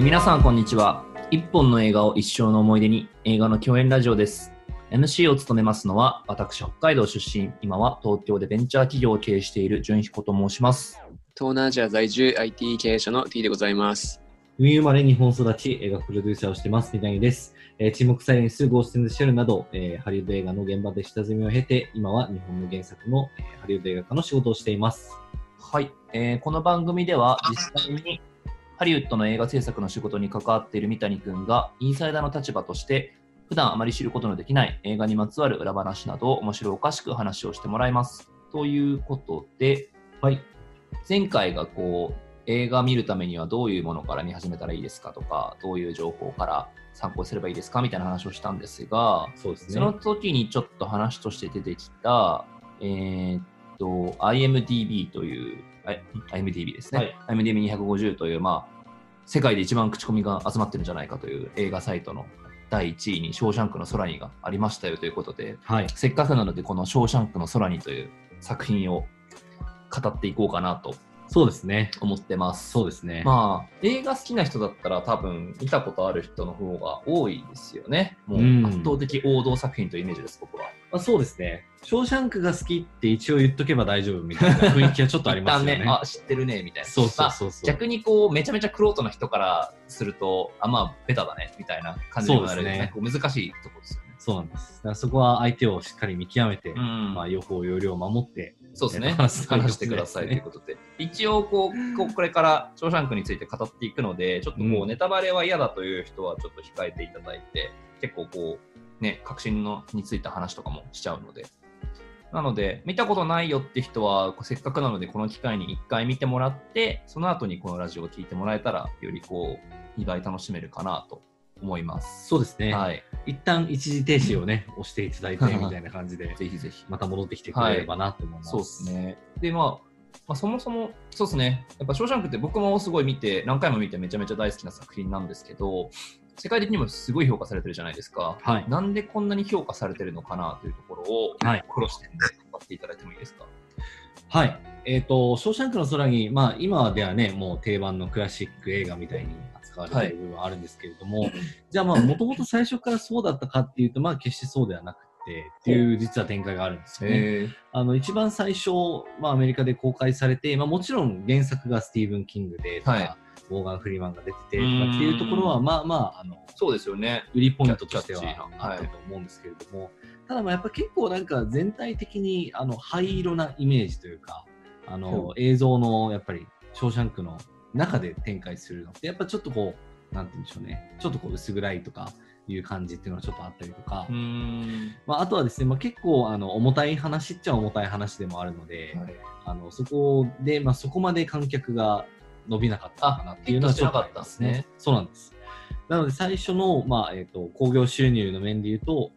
皆さんこんにちは。一本の映画を一生の思い出に、映画の共演ラジオです。MC を務めますのは私、北海道出身、今は東京でベンチャー企業を経営している純彦と申します。 東南アジア在住 IT 経営者の T でございます。 ウィーン生まれ日本育ち映画プロデューサーをしています三谷です。沈黙サイレンス、ゴースト・イン・ザ・シェルなど、ハリウッド映画の現場で下積みを経て、今は日本の原作の、ハリウッド映画化の仕事をしています。 はい、この番組では実際にハリウッドの映画制作の仕事に関わっている三谷くんがインサイダーの立場として普段あまり知ることのできない映画にまつわる裏話などを面白おかしく話をしてもらいます。ということで、はい、前回が映画見るためにはどういうものから見始めたらいいですかとか、どういう情報から参考すればいいですかみたいな話をしたんですが、 そうですね、 その時にちょっと話として出てきた、IMDB という、IMDB ですね。はい、IMDB250 という、世界で一番口コミが集まってるんじゃないかという映画サイトの第1位にショーシャンクの空にがありましたよということで、はい、せっかくなのでこのショーシャンクの空にという作品を語っていこうかなと。 そうですね。 思ってます。 そうですね。 映画好きな人だったら多分見たことある人の方が多いですよね。もう圧倒的王道作品というイメージです、僕は。 そうですね。ショーシャンクが好きって一応言っとけば大丈夫みたいな雰囲気はちょっとありますよね。 知ってるねみたいな。 そう。 逆にめちゃめちゃ玄人の人からすると、ベタだねみたいな感じになるね。難しいところですよね。 そうなんです。だからそこは相手をしっかり見極めて、予報要領を守って、 そうですね。話してくださいということで。一応これからショーシャンクについて語っていくので、ちょっとネタバレは嫌だという人はちょっと控えていただいて、結構確信についた話とかもしちゃうので。なので、見たことないよって人は、せっかくなのでこの機会に一回見てもらって、その後にこのラジオを聞いてもらえたら、より2倍楽しめるかなと思います。 そうですね。 はい。 一旦一時停止をね、押していただいてみたいな感じで、 ぜひぜひまた戻ってきてくれればなと思います。 そうですね。で、そもそも、そうですね。やっぱショーシャンクって僕もすごい何回も見てめちゃめちゃ大好きな作品なんですけど、世界的にもすごい評価されてるじゃないですか。はい。なんでこんなに評価されてるのかなというところを、殺して語っていただいてもいいですか。 はい。ショーシャンクの空に、今ではね、もう定番のクラシック映画みたいに扱われている部分はあるんですけれども、じゃあもともと最初からそうだったかっていうと、決してそうではなくて、っていう実は展開があるんですよね。一番最初、アメリカで公開されて、もちろん原作がスティーブン・キングでとか、モーガン・フリーマンが出ててとかっていうところは、 そうですよね。 売りポイントとしてはあったと思うんですけれども、ただやっぱ結構全体的に灰色なイメージというか、映像のやっぱりショーシャンクの中で展開するのってやっぱちょっとなんて言うんでしょうね、ちょっと薄暗いとかいう感じっていうのがちょっとあったりとか、あとはですね、結構重たい話っちゃ重たい話でもあるので、そこでそこまで観客が伸びなかったのかなっていうのはちょっとありますね。そうなんです。なので最初の興行収入の面で言うと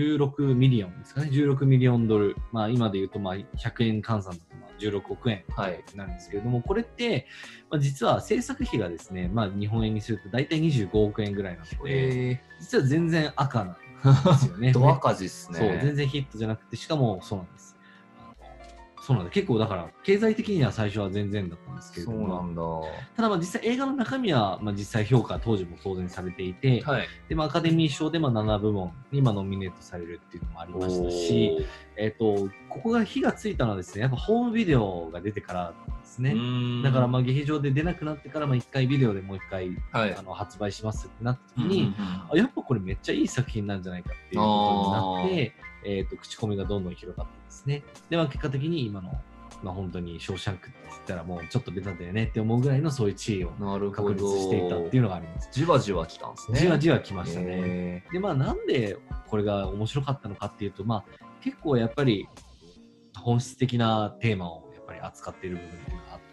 16ミリオンですかね。16ミリオンドル、今で言うと100円換算だと16億円になるんですけれども、これって実は制作費がですね、日本円にすると大体25億円ぐらいなので、実は全然赤なんですよね。 ド赤字ですね。 そう、全然ヒットじゃなくて、しかもそうなんです。そうなんだ。結構だから経済的には最初は全然だったんですけれども、 そうなんだ。 ただ実際映画の中身は実際評価当時も当然されていて、でアカデミー賞で7部門にノミネートされるっていうのもありましたし、ここが火がついたのはですね、やっぱホームビデオが出てからなんですね。だから劇場で出なくなってから1回ビデオでもう1回、発売しますってなった時に、やっぱこれめっちゃいい作品なんじゃないかっていうことになって、口コミがどんどん広がってですね。で結果的に今の本当にショーシャンクって言ったらもうちょっとベタだよねって思うぐらいのそういう地位を確立していたっていうのがあります。 じわじわ来たんですね。 じわじわ来ましたね。でなんでこれが面白かったのかっていうと結構やっぱり本質的なテーマをやっぱり扱っている部分っていうのがあって、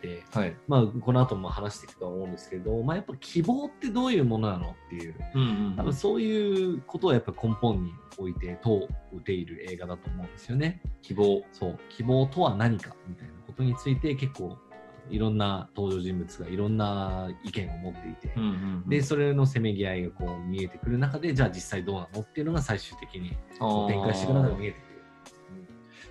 この後も話していくとは思うんですけれど、やっぱ希望ってどういうものなのっていう、多分そういうことをやっぱ根本に置いて問うている映画だと思うんですよね。希望とは何かみたいなことについて結構いろんな登場人物がいろんな意見を持っていて、でそれのせめぎ合いが見えてくる中で、じゃあ実際どうなのっていうのが最終的に展開していく中で見えてくる。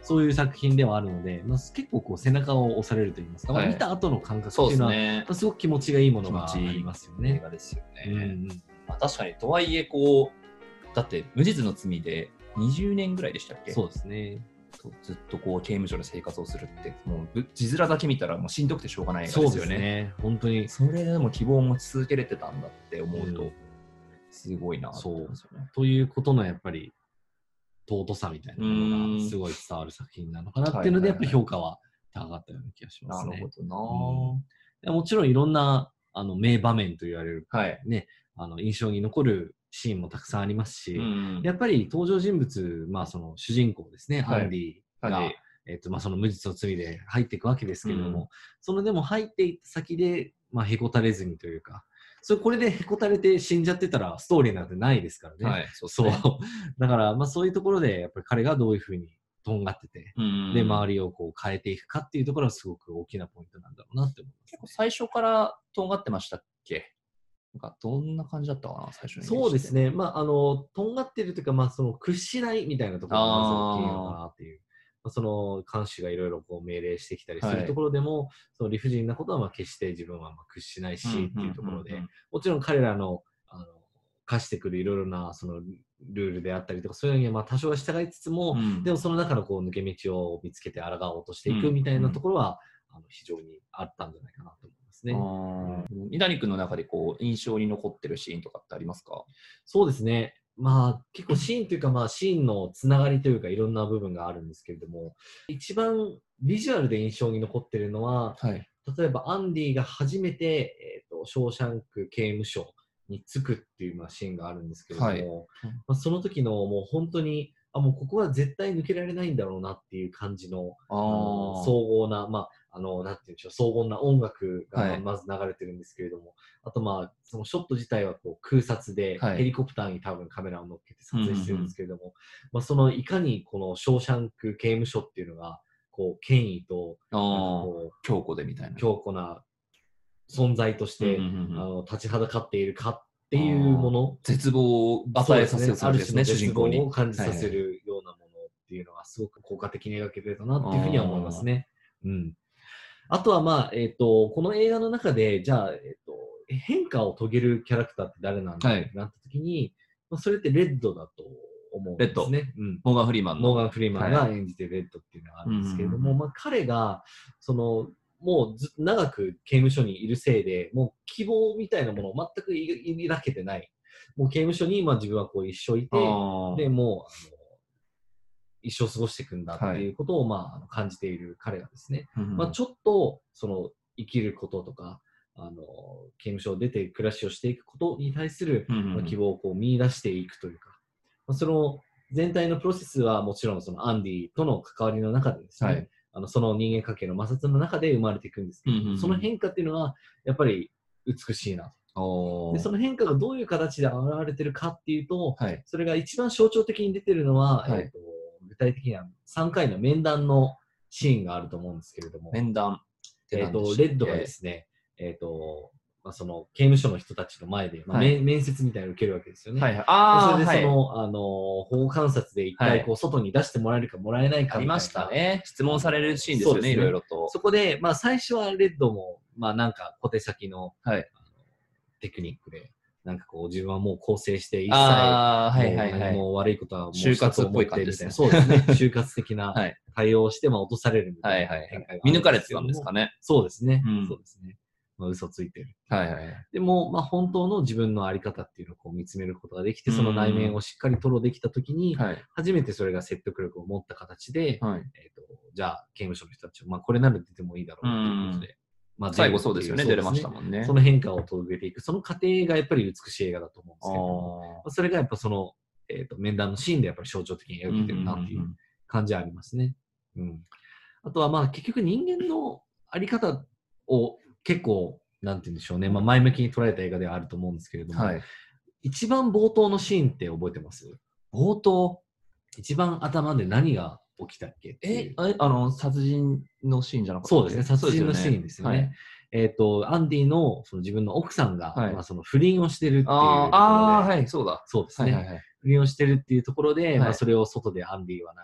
そういう作品ではあるので、まあ、結構こう背中を押されると言いますか、まあ、見た後の感覚っていうのは、まあ、すごく気持ちがいいものがありますよね。 映画ですよね。まあ、確かに、とはいえ、こう、だって、無実の罪で20年ぐらいでしたっけ？ そうですね。 ずっとこう刑務所で生活をするって、もう字面だけ見たらもうしんどくてしょうがない映画ですよね。 そうですね。本当に。 それでも希望を持ち続けれてたんだって思うと、すごいなと思いますよね。 ということのやっぱり尊さみたいなものがすごい伝わる作品なのかなっていうので、やっぱり評価は高かったような気がしますね。 なるほどな、もちろんいろんな名場面と言われる、 はい、 ね、印象に残るシーンもたくさんありますし、やっぱり登場人物、まあ、その主人公ですね、アンディが、まあ、その無実の罪で入っていくわけですけれども、そのでも入っていった先で、まあ、へこたれずにというか、これでへこたれて死んじゃってたらストーリーなんてないですからね。 はい、そう。 だから、まあ、そういうところで、やっぱり彼がどういうふうにとんがってて、で、周りをこう変えていくかっていうところはすごく大きなポイントなんだろうなって思います。 結構最初からとんがってましたっけ？なんかどんな感じだったかな、最初に。 そうですね。まあ、とんがってるというか、まあ、その屈しないみたいなところがまず大きいのかなっていう。まあ、その看守がいろいろこう命令してきたりするところでも、その理不尽なことはまあ決して自分はまあ屈しないしっていうところで、もちろん彼らの課してくるいろいろなそのルールであったりとか、そういうのにはまあ多少は従いつつも、でもその中のこう抜け道を見つけて抗おうとしていくみたいなところは、非常にあったんじゃないかなと思いますね。 井谷君の中でこう印象に残ってるシーンとかってありますか？ そうですね。まあ結構シーンというか、まあシーンのつながりというかいろんな部分があるんですけれども、一番ビジュアルで印象に残ってるのは、例えばアンディが初めて、ショーシャンク刑務所に着くっていうまあシーンがあるんですけれども、まあ、その時のもう本当にもうここは絶対抜けられないんだろうなっていう感じの荘厳な、まあ、なんていうんでしょう、荘厳な音楽がまず流れてるんですけれども、あとまあ、そのショット自体はこう空撮で、ヘリコプターに多分カメラを乗っけて撮影してるんですけれども、まあ、そのいかにこのショーシャンク刑務所っていうのが、こう、権威と、 こう強固でみたいな。 強固な存在として、立ちはだかっているかっていうもの。 絶望を与えさせるある種の主人公に。 を感じさせるようなものっていうのがすごく効果的に描けてたなっていうふうには思いますね。あとはまあ、この映画の中で、じゃあ、変化を遂げるキャラクターって誰なんだってなった時に、それってレッドだと思うんですね。 モーガン・フリーマンの。 モーガン・フリーマンが演じてるレッドっていうのがあるんですけれども、まあ彼が、もう長く刑務所にいるせいで、もう希望みたいなものを全く抱けてない。もう刑務所にまあ自分はこう一生いて、で、もう、一生過ごしていくんだっていうことをまあ感じている彼がですね、まあちょっと生きることとか、刑務所を出て暮らしをしていくことに対する希望をこう見出していくというか、その全体のプロセスはもちろんそのアンディとの関わりの中でですね、その人間関係の摩擦の中で生まれていくんですけど、その変化っていうのはやっぱり美しいなと。でその変化がどういう形で現れてるかっていうと、それが一番象徴的に出てるのは、具体的には3回の面談のシーンがあると思うんですけれども、 面談レッドがですね、まあ、その刑務所の人たちの前で、まあ面接みたいなのを受けるわけですよね。それで保護観察で一回こう外に出してもらえるかもらえないかみたいな。 ありましたね。質問されるシーンですよね、いろいろと。 そこで、まあ最初はレッドも、まあなんか小手先の、テクニックで、なんかこう自分はもう更生して一切何も悪いことはもう就活っぽい感じですね。 そうですね。就活的な対応をして、まあ落とされるみたいな展開が見抜かれてたんですかね。 そうですね。そうですね。まあ、嘘ついてる。でも、まあ、本当の自分の在り方っていうのをこう見つめることができて、その内面をしっかり吐露できたときに、初めてそれが説得力を持った形で、じゃあ、刑務所の人たちを、まあ、これなら出てもいいだろうということで、まあ、 最後そうですよね、出れましたもんね。 その変化を遂げていく、その過程がやっぱり美しい映画だと思うんですけど、それがやっぱその、面談のシーンでやっぱり象徴的に描けてるなっていう感じはありますね。あとは、まあ、結局人間の在り方を結構、なんて言うんでしょうね、まあ、前向きに捉えた映画ではあると思うんですけれども、一番冒頭のシーンって覚えてます？ 冒頭一番頭で何が起きたっけ？ 殺人のシーンじゃなかった？ そうですね、殺人のシーンですよね。アンディのその自分の奥さんが、まあ、その不倫をしてるっていうところで、 そうだ。 そうですね。不倫をしてるっていうところで、まあ、それを外でアンディはなんか、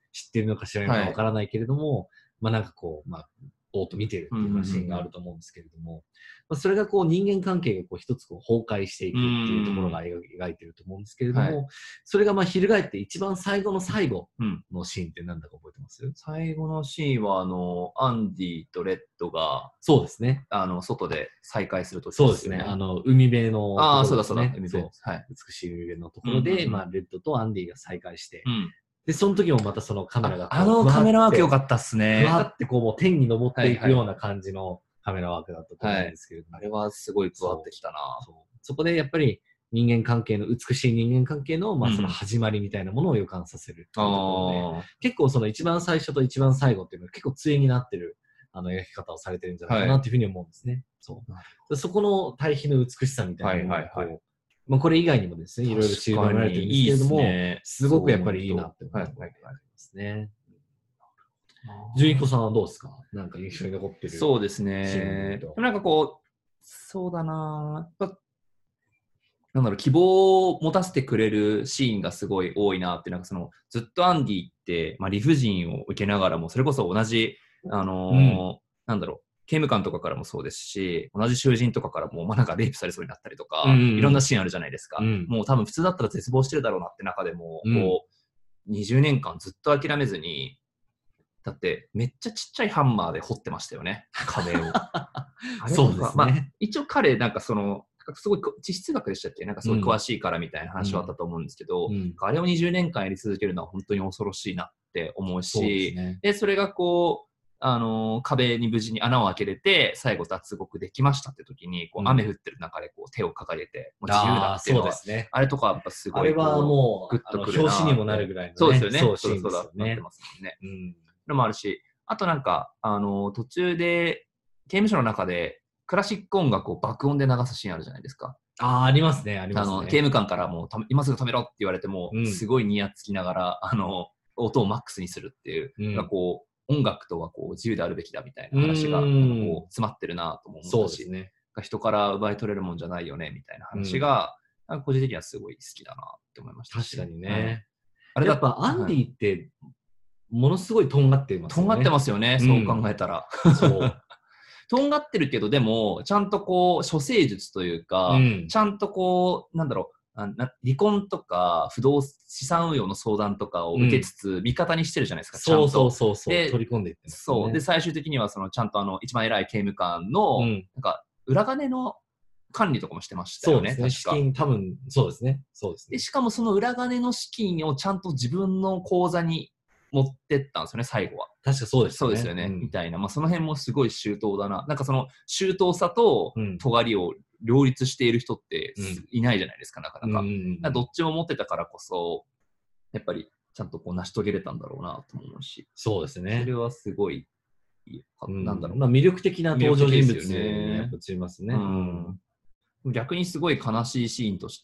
知ってるのか知らないのかわからないけれども、まあなんかこう、まあ、ぼーっと見てるっていうようなシーンがあると思うんですけれども、まあ、それがこう人間関係がこう一つこう崩壊していくっていうところが描いてると思うんですけれども、それがまあ翻って一番最後の最後のシーンって何だか覚えてます？ 最後のシーンは、アンディとレッドが、 そうですね。 外で再会するときそうですね。海辺のところですね。 ああ、そうだそうだ、海辺。 はい。美しい海辺のところで、まあ、レッドとアンディが再会して、で、その時もまたそのカメラがカメラワーク良かったっすね。 ふわってこうもう天に昇っていくような感じのカメラワークだったと思うんですけれども。 あれはすごい加わってきたな。 そこでやっぱり美しい人間関係の、まあその始まりみたいなものを予感させるっていうところで、結構その一番最初と一番最後っていうのは結構対になってる描き方をされてるんじゃないかなっていうふうに思うんですね。そこの対比の美しさみたいなものをまあこれ以外にもですね、いろいろ散りばめられてるんですけれども、すごくやっぱりいいなって思いますね。純彦さんはどうですか？なんか印象に残ってる。 そうですね。なんかこう、そうだななんだろう、希望を持たせてくれるシーンがすごい多いなって、なんかその、ずっとアンディって、まあ、理不尽を受けながらも、それこそ同じ、なんだろう、刑務官とかからもそうですし、同じ囚人とかからも、まあ、なんかレイプされそうになったりとか、いろんなシーンあるじゃないですか。もう多分普通だったら絶望してるだろうなって中でも、こう、20年間ずっと諦めずに、だってめっちゃちっちゃいハンマーで掘ってましたよね、壁を。 そうですね。 まあ、一応彼、なんかその、すごい地質学でしたっけ？なんかすごい詳しいからみたいな話はあったと思うんですけど、あれを20年間やり続けるのは本当に恐ろしいなって思うし、で、それがこう、壁に無事に穴を開けれて、最後脱獄できましたって時に、こう雨降ってる中でこう手を掲げて、もう自由だっていうのは、あれとかやっぱすごい、 あれはもう、グッとくるな。表紙にもなるぐらいのね。 そうですよね。 そうだなってますもんね。のもあるし、あとなんか、途中で、刑務所の中で、クラシック音楽を爆音で流すシーンあるじゃないですか。 ありますね、ありますね。 刑務官からもう今すぐ止めろって言われても、すごいニヤつきながら、音をマックスにするっていう、こう、音楽とはこう自由であるべきだみたいな話がこう詰まってるなと思うし、人から奪い取れるもんじゃないよねみたいな話が、個人的にはすごい好きだなって思いました。 確かにね。あれやっぱアンディって、ものすごいとんがってますよね。 とんがってますよね、そう考えたら。そう。とんがってるけど、でも、ちゃんとこう、処世術というか、ちゃんとこう、なんだろう、離婚とか、資産運用の相談とかを受けつつ、味方にしてるじゃないですか、ちゃんと。 そう。取り込んでいってますね。 そう。で、最終的には、ちゃんと一番偉い刑務官の、なんか、裏金の管理とかもしてましたよね、 確か。資金、多分、そうですね。 で、しかもその裏金の資金をちゃんと自分の口座に持ってったんですよね、最後は。 確かそうですね。 そうですよね、みたいな。まあ、その辺もすごい周到だな。なんかその周到さと尖りを両立している人っていないじゃないですか、なかなか。どっちも持ってたからこそ、やっぱりちゃんとこう成し遂げれたんだろうなと思うし。 そうですね。 それはすごい、なんだろう。 まあ、魅力的な登場人物にやっぱ映りますね。 逆にすごい悲しいシーンとして、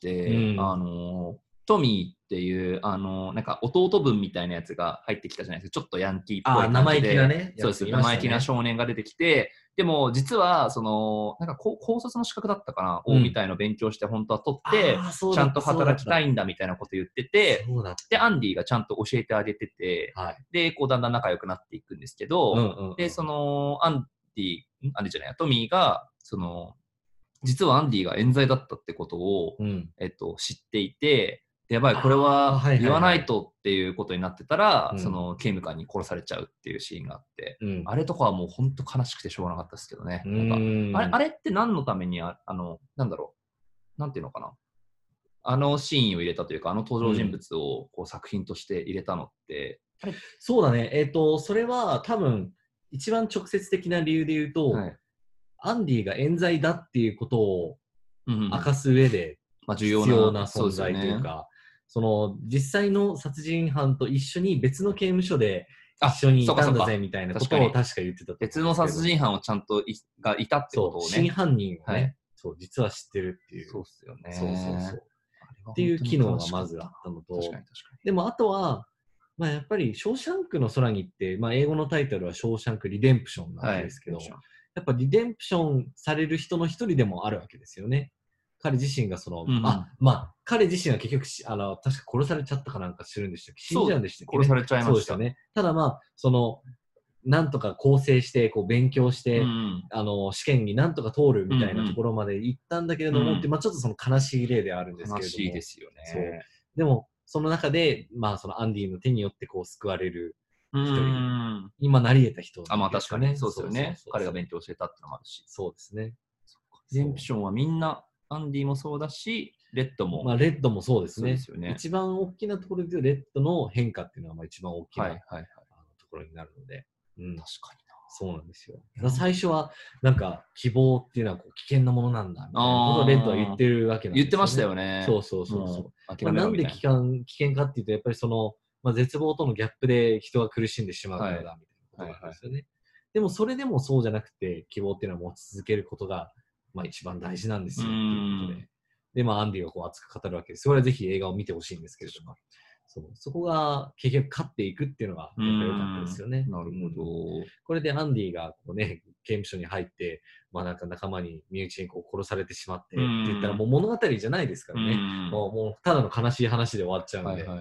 トミーっていう、なんか弟分みたいなやつが入ってきたじゃないですか。ちょっとヤンキーっぽい感じで。 生意気なね。 そうです。生意気な少年が出てきて、でも実は、なんか高卒の資格だったかな、みたいの勉強して本当は取って、ちゃんと働きたいんだみたいなこと言ってて、で、アンディがちゃんと教えてあげてて、で、こうだんだん仲良くなっていくんですけど、で、アンディじゃない、トミーが、実はアンディが冤罪だったってことを、知っていて、やばい、これは言わないとっていうことになってたら、その刑務官に殺されちゃうっていうシーンがあって、あれとかはもう本当悲しくてしょうがなかったですけどね。なんかあれって何のためになんだろう、なんていうのかな。あのシーンを入れたというか、あの登場人物をこう作品として入れたのって、 そうだね。それは多分、一番直接的な理由で言うと、アンディが冤罪だっていうことを明かす上で、必要な存在というか、実際の殺人犯と一緒に別の刑務所で一緒にいたんだぜみたいなことを確か言ってた。 別の殺人犯をちゃんとがいたってことをね。 真犯人をね、実は知ってるっていう。 そうっすよね。 そう。っていう機能がまずあったのと、でもあとは、まあやっぱり、ショーシャンクの空にって、まあ英語のタイトルはショーシャンクリデンプションなんですけど、やっぱリデンプションされる人の一人でもあるわけですよね。 彼自身がその、 うん彼自身は結局確か殺されちゃったかなんかするんでしたっけ、死んじゃうんでしたっけ、ね、 殺されちゃいました。 そうですよね。ただなんとか構成して、こう勉強して、試験になんとか通るみたいなところまで行ったんだけれども、ちょっとその悲しい例であるんですけれども。 悲しいですよね。 そう。でも、その中で、そのアンディの手によってこう救われる一人、今なり得た人、ね。 確かに。そうですよね。彼が勉強してたってのもあるし。 そうですね。 リデンプションはみんな、アンディもそうだし、レッドも。 レッドもそうですね。 そうですよね。 一番大きなところで言うと、レッドの変化っていうのは一番大きな、ところになるので。 確かにな。 そうなんですよ。最初は、なんか、希望っていうのはこう危険なものなんだ、みたいなことをレッドは言ってるわけなんですよね。 言ってましたよね。 そう。なんで危険かっていうと、やっぱりその、絶望とのギャップで人が苦しんでしまうからだ、みたいなことなんですよね。でも、それでもそうじゃなくて、希望っていうのは持ち続けることが、一番大事なんですよ、っていうことで。で、アンディがこう熱く語るわけです。それはぜひ映画を見てほしいんですけれども。そこが結局勝っていくっていうのがやっぱ良かったですよね。 なるほど。 これでアンディがこうね、刑務所に入って、なんか仲間に身内にこう殺されてしまってって言ったらもう物語じゃないですからね。もうただの悲しい話で終わっちゃうんで。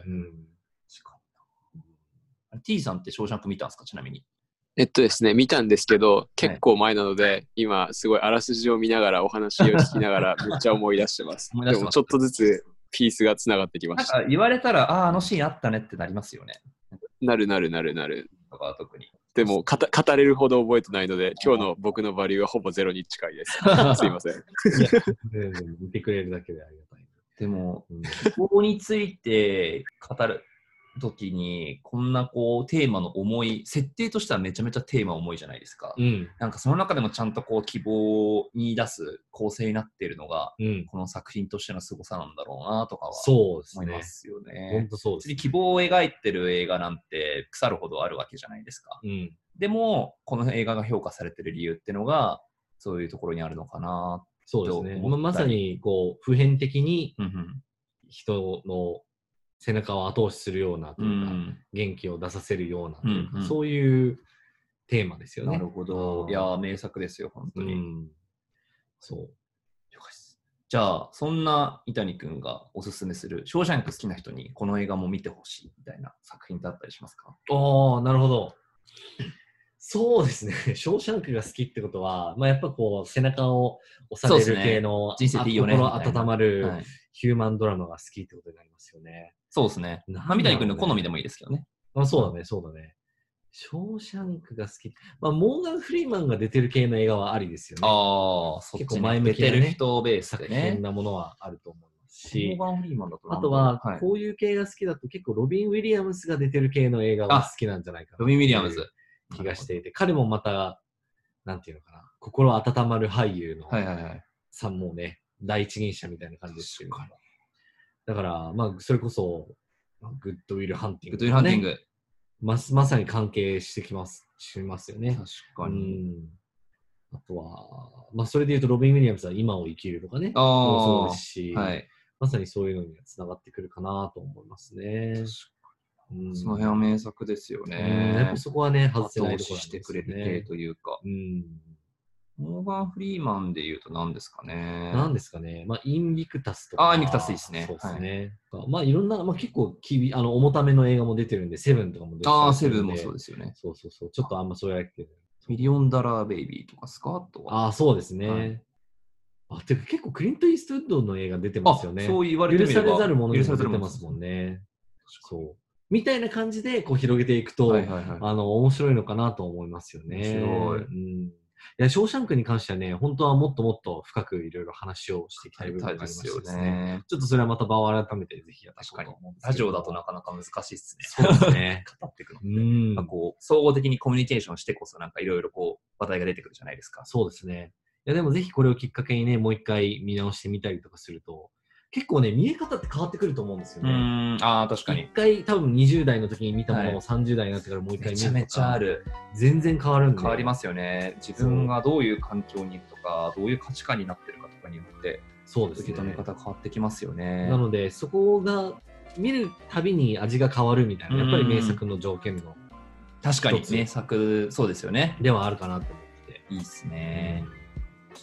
T さんってショーシャンク見たんですか、ちなみに。 ですね、見たんですけど、結構前なので、今すごいあらすじを見ながらお話を聞きながらめっちゃ思い出してます。でもちょっとずつピースがつながってきました。 なんか言われたら、あのシーンあったねってなりますよね。 なる。 とか特に。 でも語れるほど覚えてないので、今日の僕のバリューはほぼゼロに近いです。すいません。 見てくれるだけでありがたい。 でも、ここについて語る時に、こんなこうテーマの重い、設定としてはめちゃめちゃテーマ重いじゃないですか。なんかその中でもちゃんとこう希望を見出す構成になっているのが、この作品としての凄さなんだろうなとかは思いますよね。 本当そうですね。 希望を描いてる映画なんて腐るほどあるわけじゃないですか。でも、この映画が評価されてる理由っていうのが、そういうところにあるのかな。 そうですね。まさにこう普遍的に人の背中を後押しするようなというか、元気を出させるようなというか、そういうテーマですよね。 なるほど。いや、名作ですよ、本当に。そう。じゃあ、そんな伊谷くんがおすすめする、ショーシャンク好きな人にこの映画も見てほしいみたいな作品ってあったりしますか？ なるほど。そうですね。ショーシャンクが好きってことは、やっぱこう、背中を押される系の、 人生でいいよね。 心温まるヒューマンドラマが好きってことになりますよね。 そうですね。三谷君の好みでもいいですけどね。 そうだね。ショーシャンクが好き。モーガン・フリーマンが出てる系の映画はありですよね。 結構前向きな、ね、出てる人ベースでね。 作品なものはあると思いますし。 モーガン・フリーマンだとあとは、こういう系が好きだと結構ロビン・ウィリアムスが出てる系の映画が好きなんじゃないかな。 ロビン・ウィリアムズ。 気がしていて、彼もまた、なんていうのかな、心温まる俳優の、さんもね、第一人者みたいな感じですけど。だから、それこそ、グッドウィル・ハンティング、 グッドウィル・ハンティング。 まさに関係してしますよね。 確かに。 あとは、それで言うと、ロビン・ウィリアムズは今を生きるとかね、そうですし、まさにそういうのにつながってくるかなと思いますね。 その辺は名作ですよね。 やっぱそこはね、外せないところしてくれる系というか。モーガン・フリーマンで言うと何ですかね。 インビクタスとか。 インビクタスいいですね。 そうですね。いろんな、結構重ための映画も出てるんで、セブンとかも出てるんで。 セブンもそうですよね。 そう。ちょっとあんまそうやってる。 ミリオンダラーベイビーとかスカートそうですね。てか結構クリント・イーストウッドの映画出てますよね。 そう言われてみれば。 許されざるものに出てますもんね。そう。みたいな感じでこう広げていくと、面白いのかなと思いますよね。 面白い。 いや、ショーシャンクに関してはね、本当はもっともっと深くいろいろ話をしていきたい部分がありましてですね。ちょっとそれはまた場を改めてぜひやっていこうと思うんですけど。 ラジオだとなかなか難しいですね。 そうですね。 語っていくのって。総合的にコミュニケーションしてこそなんかいろいろこう話題が出てくるじゃないですか。 そうですね。いや、でもぜひこれをきっかけにね、もう一回見直してみたりとかすると、結構ね、見え方って変わってくると思うんですよね。 確かに。 一回多分20代の時に見たものを30代になってからもう一回見るとか。 めちゃめちゃある。 全然変わるんで。 変わりますよね。自分がどういう環境にいるとか、どういう価値観になってるかとかによって、 そうですね。 受け止め方変わってきますよね。 なので、そこが見るたびに味が変わるみたいな、やっぱり名作の条件の。 確かに名作、そうですよね。 ではあるかなと思って。 いいですね。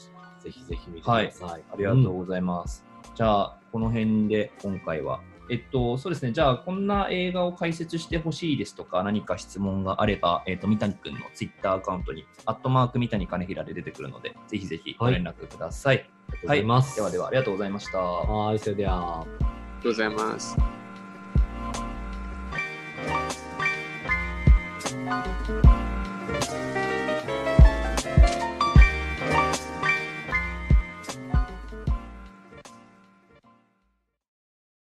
ぜひぜひ見てください。 はい、ありがとうございます。じゃあ、この辺で今回は。そうですね。じゃあ、こんな映画を解説してほしいですとか、何か質問があれば、三谷くんのツイッターアカウントに、三谷金平で出てくるので、ぜひぜひご連絡ください。 ありがとうございます。 ではでは、ありがとうございました。 はい、それでは。 ありがとうございます。